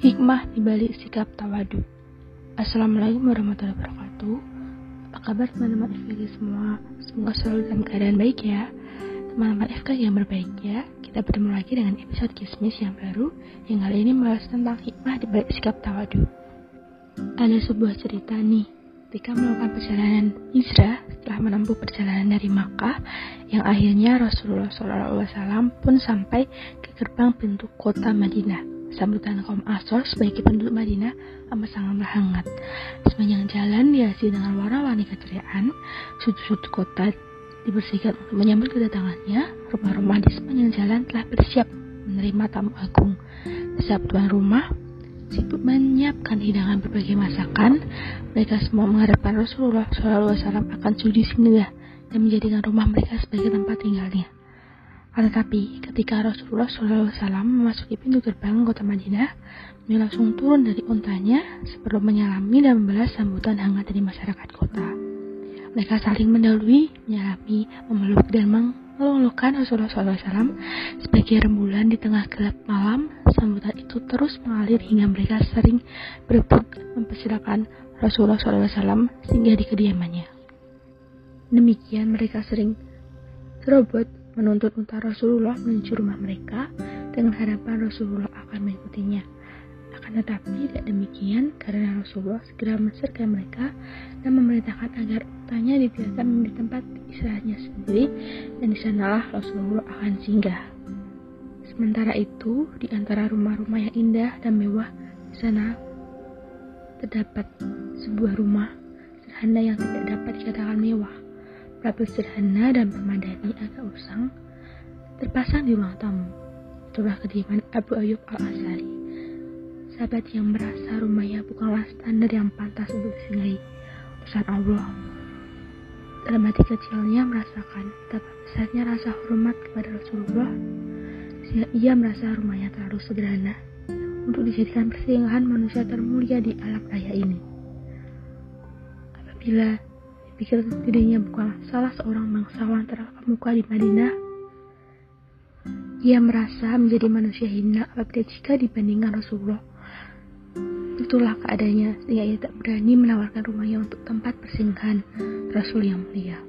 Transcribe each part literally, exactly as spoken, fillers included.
Hikmah dibalik sikap tawadu. Assalamualaikum warahmatullahi wabarakatuh. Apa kabar teman-teman F K G semua? Semoga selalu dalam keadaan baik ya. Teman-teman F K G yang berbahagia, kita bertemu lagi dengan episode Kismis yang baru yang kali ini membahas tentang hikmah dibalik sikap tawadu. Ada sebuah cerita nih, ketika melakukan perjalanan hijrah setelah menempuh perjalanan dari Makkah, yang akhirnya Rasulullah shallallahu alaihi wasallam pun sampai ke gerbang pintu kota Madinah. Sambutan kaum Ansor sebagai penduduk Madinah amat sangatlah hangat. Sepanjang jalan dihiasi dengan warna-warni keceriaan, sudut-sudut kota dibersihkan untuk menyambut kedatangannya. Rumah-rumah di sepanjang jalan telah bersiap menerima tamu agung. Setiap tuan rumah sibuk menyiapkan hidangan berbagai masakan. Mereka semua mengharapkan Rasulullah shallallahu alaihi wasallam akan sujud singgah dan menjadikan rumah mereka sebagai tempat tinggalnya. Tetapi ketika Rasulullah shallallahu alaihi wasallam memasuki pintu gerbang kota Madinah, beliau langsung turun dari untanya sebelum menyalami dan membalas sambutan hangat dari masyarakat kota. Mereka saling mendahului, menyalami, memeluk dan mengeluh-elukan Rasulullah shallallahu alaihi wasallam sebagai rembulan di tengah gelap malam. Sambutan itu terus mengalir hingga mereka sering berebut mempersilakan Rasulullah shallallahu alaihi wasallam singgah di kediamannya. Demikian mereka sering serobot menuntut unta Rasulullah menuju rumah mereka dengan harapan Rasulullah akan mengikutinya. Akan tetapi tidak demikian, karena Rasulullah segera mensergap mereka dan memerintahkan agar untanya dibiarkan di tempat istirahatnya sendiri, dan di sanalah Rasulullah akan singgah. Sementara itu, di antara rumah-rumah yang indah dan mewah di sana terdapat sebuah rumah sederhana yang tidak dapat dikatakan mewah. Perabot sederhana dan permadani agak usang terpasang di ruang tamu. Itulah kediaman Abu Ayyub Al-Ansari, sahabat yang merasa rumahnya bukanlah standar yang pantas untuk disinggahi. Utusan Allah dalam hati kecilnya merasakan betapa besarnya rasa hormat kepada Rasulullah, sehingga ia merasa rumahnya terlalu sederhana untuk dijadikan persinggahan manusia termulia di alam raya ini. Apabila pikir dirinya bukanlah salah seorang bangsawan terkemuka di Madinah, ia merasa menjadi manusia hina apabila jika dibandingkan Rasulullah. Itulah keadaannya, sehingga ia tak berani menawarkan rumahnya untuk tempat persinggahan Rasul yang mulia.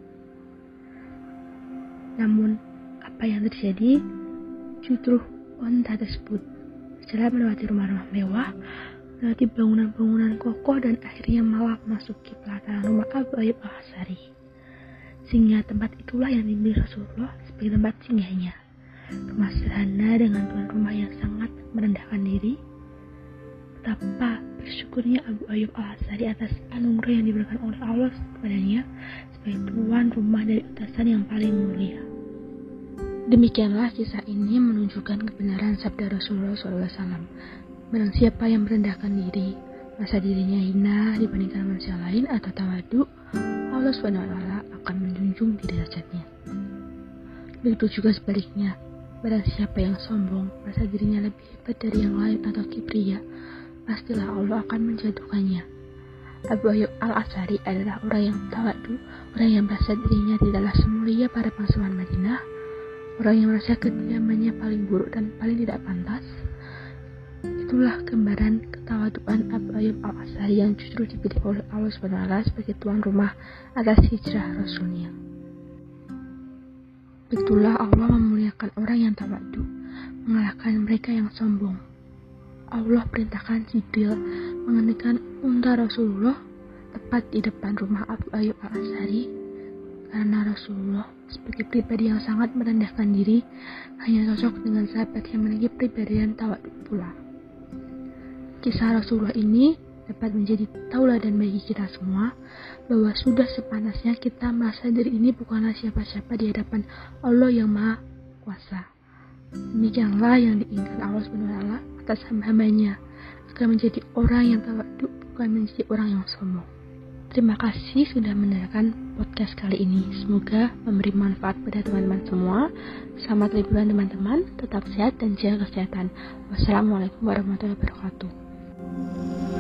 Namun, apa yang terjadi? Justru wanita tersebut berjalan melewati rumah-rumah mewah, melewati bangunan-bangunan kokoh, dan akhirnya malah memasuki pelataran rumah Abu Ayyub Al-Ansari. Sehingga tempat itulah yang dimiliki Rasulullah sebagai tempat singgahnya. Rumah sederhana dengan tuan rumah yang sangat merendahkan diri. Betapa bersyukurnya Abu Ayyub Al-Ansari atas anugerah yang diberikan oleh Allah kepadanya sebagai tuan rumah dari utasan yang paling mulia. Demikianlah kisah ini menunjukkan kebenaran sabda Rasulullah shallallahu alaihi wasallam. Barang siapa yang merendahkan diri, merasa dirinya hina dibandingkan manusia lain atau tawadu, Allah subhanahu wa taala akan menjunjung derajatnya. Begitu juga sebaliknya, barang siapa yang sombong, merasa dirinya lebih hebat dari yang lain atau kibria, pastilah Allah akan menjatuhkannya. Abu Ayyub Al-Ansari adalah orang yang tawadu, orang yang merasa dirinya tidaklah semulia para bangsawan Madinah, orang yang merasa kediamannya paling buruk dan paling tidak pantas. Itulah gambaran ketawaduan Abu Ayyub Al-Ansari yang justru dipilih oleh Allah subhanahu wa taala sebagai tuan rumah atas hijrah Rasulnya. Begitulah Allah memuliakan orang yang tawadu, mengalahkan mereka yang sombong. Allah perintahkan Jibril mengendakan unta Rasulullah tepat di depan rumah Abu Ayyub Al-Ansari, karena Rasulullah sebagai pribadi yang sangat merendahkan diri hanya cocok dengan sahabat yang memiliki pribadian tawadu pula. Kisah Rasulullah ini dapat menjadi tauladan bagi kita semua bahwa sudah sepantasnya kita merasa diri ini bukanlah siapa-siapa di hadapan Allah yang Maha Kuasa. Demikianlah yang diinginkan Allah subhanahu wa taala atas hamba-hambanya, agar menjadi orang yang tawadu, bukan menjadi orang yang sombong. Terima kasih sudah mendengarkan podcast kali ini. Semoga memberi manfaat pada teman-teman semua. Selamat liburan teman-teman, tetap sehat dan jaga kesehatan. Wassalamualaikum warahmatullahi wabarakatuh.